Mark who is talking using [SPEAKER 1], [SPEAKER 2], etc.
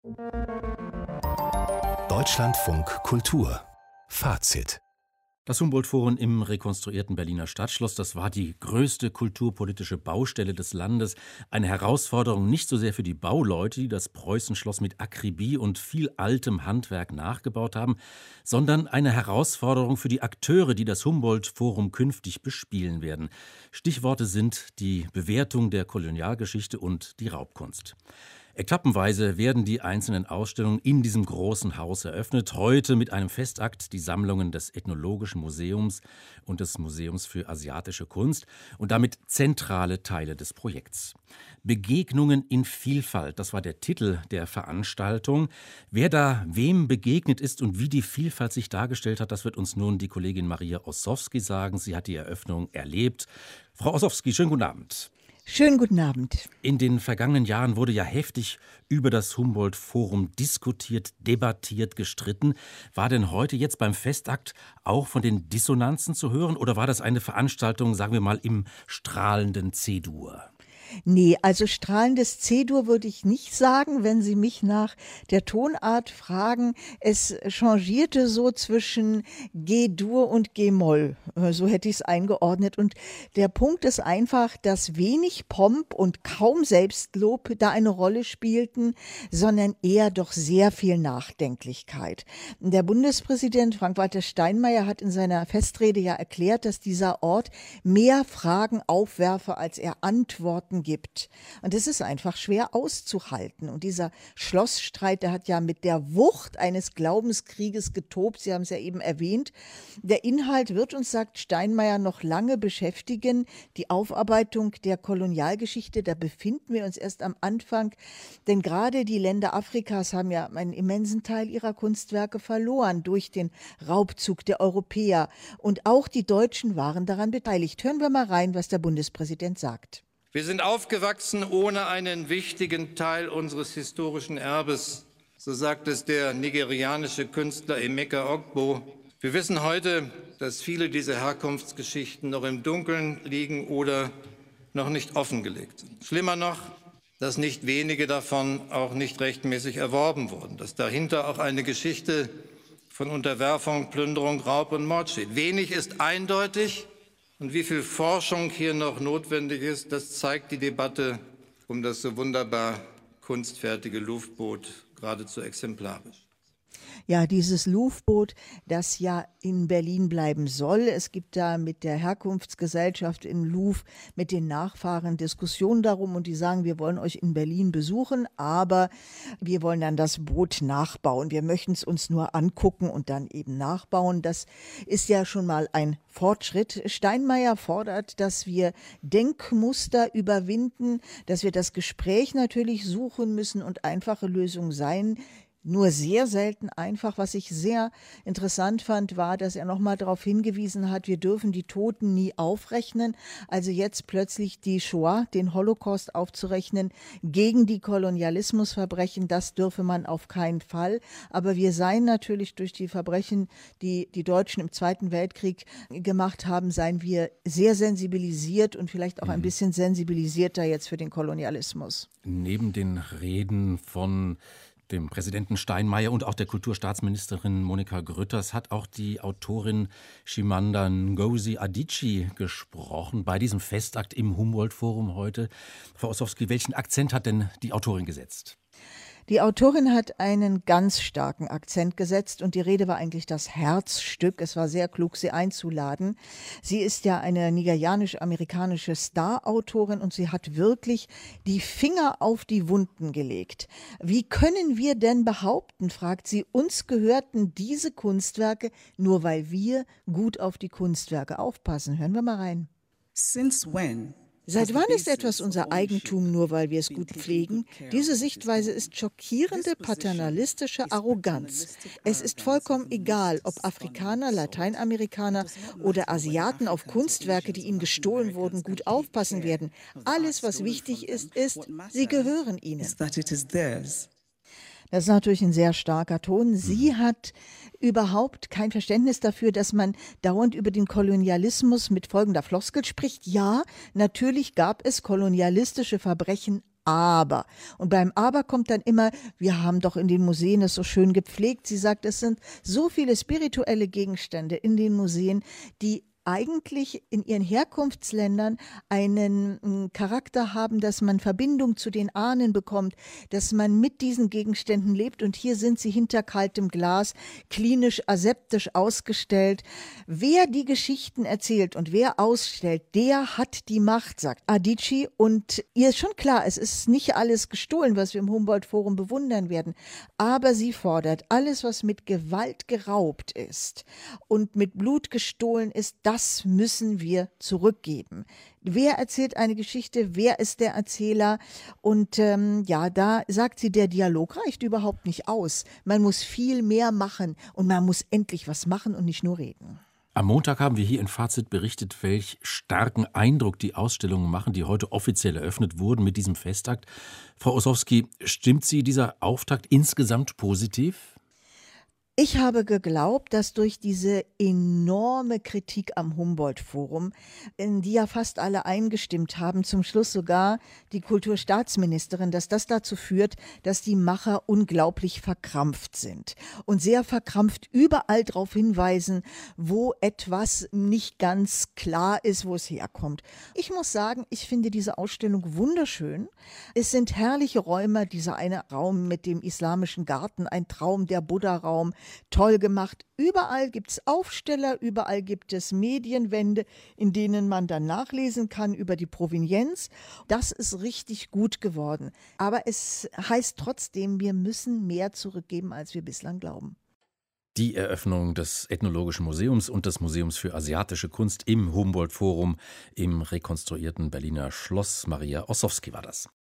[SPEAKER 1] Deutschlandfunk Kultur Fazit.
[SPEAKER 2] Das Humboldt-Forum im rekonstruierten Berliner Stadtschloss, das war die größte kulturpolitische Baustelle des Landes. Eine Herausforderung nicht so sehr für die Bauleute, die das Preußenschloss mit Akribie und viel altem Handwerk nachgebaut haben, sondern eine Herausforderung für die Akteure, die das Humboldt-Forum künftig bespielen werden. Stichworte sind die Bewertung der Kolonialgeschichte und die Raubkunst. Etappenweise werden die einzelnen Ausstellungen in diesem großen Haus eröffnet. Heute mit einem Festakt die Sammlungen des Ethnologischen Museums und des Museums für asiatische Kunst und damit zentrale Teile des Projekts. Begegnungen in Vielfalt, das war der Titel der Veranstaltung. Wer da wem begegnet ist und wie die Vielfalt sich dargestellt hat, das wird uns nun die Kollegin Maria Ossowski sagen. Sie hat die Eröffnung erlebt. Frau Ossowski, schönen guten Abend.
[SPEAKER 3] Schönen guten Abend.
[SPEAKER 2] In den vergangenen Jahren wurde ja heftig über das Humboldt-Forum diskutiert, debattiert, gestritten. War denn heute jetzt beim Festakt auch von den Dissonanzen zu hören oder war das eine Veranstaltung, sagen wir mal, im strahlenden C-Dur?
[SPEAKER 3] Nee, also strahlendes C-Dur würde ich nicht sagen, wenn Sie mich nach der Tonart fragen. Es changierte so zwischen G-Dur und G-Moll. So hätte ich es eingeordnet. Und der Punkt ist einfach, dass wenig Pomp und kaum Selbstlob da eine Rolle spielten, sondern eher doch sehr viel Nachdenklichkeit. Der Bundespräsident Frank-Walter Steinmeier hat in seiner Festrede ja erklärt, dass dieser Ort mehr Fragen aufwerfe, als er Antworten gibt. Und es ist einfach schwer auszuhalten. Und dieser Schlossstreit, der hat ja mit der Wucht eines Glaubenskrieges getobt. Sie haben es ja eben erwähnt. Der Inhalt wird uns, sagt Steinmeier, noch lange beschäftigen. Die Aufarbeitung der Kolonialgeschichte, da befinden wir uns erst am Anfang. Denn gerade die Länder Afrikas haben ja einen immensen Teil ihrer Kunstwerke verloren durch den Raubzug der Europäer. Und auch die Deutschen waren daran beteiligt. Hören wir mal rein, was der Bundespräsident sagt.
[SPEAKER 4] Wir sind aufgewachsen ohne einen wichtigen Teil unseres historischen Erbes, so sagt es der nigerianische Künstler Emeka Ogbo. Wir wissen heute, dass viele dieser Herkunftsgeschichten noch im Dunkeln liegen oder noch nicht offengelegt sind. Schlimmer noch, dass nicht wenige davon auch nicht rechtmäßig erworben wurden, dass dahinter auch eine Geschichte von Unterwerfung, Plünderung, Raub und Mord steht. Wenig ist eindeutig. Und wie viel Forschung hier noch notwendig ist, das zeigt die Debatte um das so wunderbar kunstfertige Louvre-Boot geradezu exemplarisch.
[SPEAKER 3] Ja, dieses Louvre-Boot, das ja in Berlin bleiben soll. Es gibt da mit der Herkunftsgesellschaft in Louvre, mit den Nachfahren Diskussionen darum und die sagen, wir wollen euch in Berlin besuchen, aber wir wollen dann das Boot nachbauen. Wir möchten es uns nur angucken und dann eben nachbauen. Das ist ja schon mal ein Fortschritt. Steinmeier fordert, dass wir Denkmuster überwinden, dass wir das Gespräch natürlich suchen müssen und einfache Lösungen sein. Nur sehr selten einfach. Was ich sehr interessant fand, war, dass er nochmal darauf hingewiesen hat, wir dürfen die Toten nie aufrechnen. Also jetzt plötzlich die Shoah, den Holocaust aufzurechnen gegen die Kolonialismusverbrechen, das dürfe man auf keinen Fall. Aber wir seien natürlich durch die Verbrechen, die die Deutschen im Zweiten Weltkrieg gemacht haben, seien wir sehr sensibilisiert und vielleicht auch ein bisschen sensibilisierter jetzt für den Kolonialismus.
[SPEAKER 2] Neben den Reden von dem Präsidenten Steinmeier und auch der Kulturstaatsministerin Monika Grütters hat auch die Autorin Chimamanda Ngozi Adichie gesprochen bei diesem Festakt im Humboldt-Forum heute. Frau Ossowski, welchen Akzent hat denn die Autorin gesetzt?
[SPEAKER 3] Die Autorin hat einen ganz starken Akzent gesetzt und die Rede war eigentlich das Herzstück. Es war sehr klug, sie einzuladen. Sie ist ja eine nigerianisch-amerikanische Star-Autorin und sie hat wirklich die Finger auf die Wunden gelegt. Wie können wir denn behaupten, fragt sie, uns gehörten diese Kunstwerke, nur weil wir gut auf die Kunstwerke aufpassen? Hören wir mal rein.
[SPEAKER 5] Since when?
[SPEAKER 3] Seit wann ist etwas unser Eigentum, nur weil wir es gut pflegen? Diese Sichtweise ist schockierende paternalistische Arroganz. Es ist vollkommen egal, ob Afrikaner, Lateinamerikaner oder Asiaten auf Kunstwerke, die ihnen gestohlen wurden, gut aufpassen werden. Alles, was wichtig ist, sie gehören ihnen. Das ist natürlich ein sehr starker Ton. Sie hat überhaupt kein Verständnis dafür, dass man dauernd über den Kolonialismus mit folgender Floskel spricht. Ja, natürlich gab es kolonialistische Verbrechen Aber. Und beim Aber kommt dann immer, wir haben doch in den Museen es so schön gepflegt. Sie sagt, es sind so viele spirituelle Gegenstände in den Museen, die eigentlich in ihren Herkunftsländern einen Charakter haben, dass man Verbindung zu den Ahnen bekommt, dass man mit diesen Gegenständen lebt und hier sind sie hinter kaltem Glas, klinisch, aseptisch ausgestellt. Wer die Geschichten erzählt und wer ausstellt, der hat die Macht, sagt Adichie, und ihr ist schon klar, es ist nicht alles gestohlen, was wir im Humboldt-Forum bewundern werden, aber sie fordert, alles, was mit Gewalt geraubt ist und mit Blut gestohlen ist, das müssen wir zurückgeben. Wer erzählt eine Geschichte? Wer ist der Erzähler? Und da sagt sie, der Dialog reicht überhaupt nicht aus. Man muss viel mehr machen und man muss endlich was machen und nicht nur reden.
[SPEAKER 2] Am Montag haben wir hier in Fazit berichtet, welch starken Eindruck die Ausstellungen machen, die heute offiziell eröffnet wurden mit diesem Festakt. Frau Ossowski, stimmt Sie dieser Auftakt insgesamt positiv?
[SPEAKER 3] Ich habe geglaubt, dass durch diese enorme Kritik am Humboldt-Forum, in die ja fast alle eingestimmt haben, zum Schluss sogar die Kulturstaatsministerin, dass das dazu führt, dass die Macher unglaublich verkrampft sind und sehr verkrampft überall darauf hinweisen, wo etwas nicht ganz klar ist, wo es herkommt. Ich muss sagen, ich finde diese Ausstellung wunderschön. Es sind herrliche Räume, dieser eine Raum mit dem islamischen Garten, ein Traum, der Buddha-Raum, toll gemacht. Überall gibt es Aufsteller, überall gibt es Medienwände, in denen man dann nachlesen kann über die Provenienz. Das ist richtig gut geworden. Aber es heißt trotzdem, wir müssen mehr zurückgeben, als wir bislang glauben.
[SPEAKER 2] Die Eröffnung des Ethnologischen Museums und des Museums für asiatische Kunst im Humboldt-Forum im rekonstruierten Berliner Schloss. Maria Ossowski war das.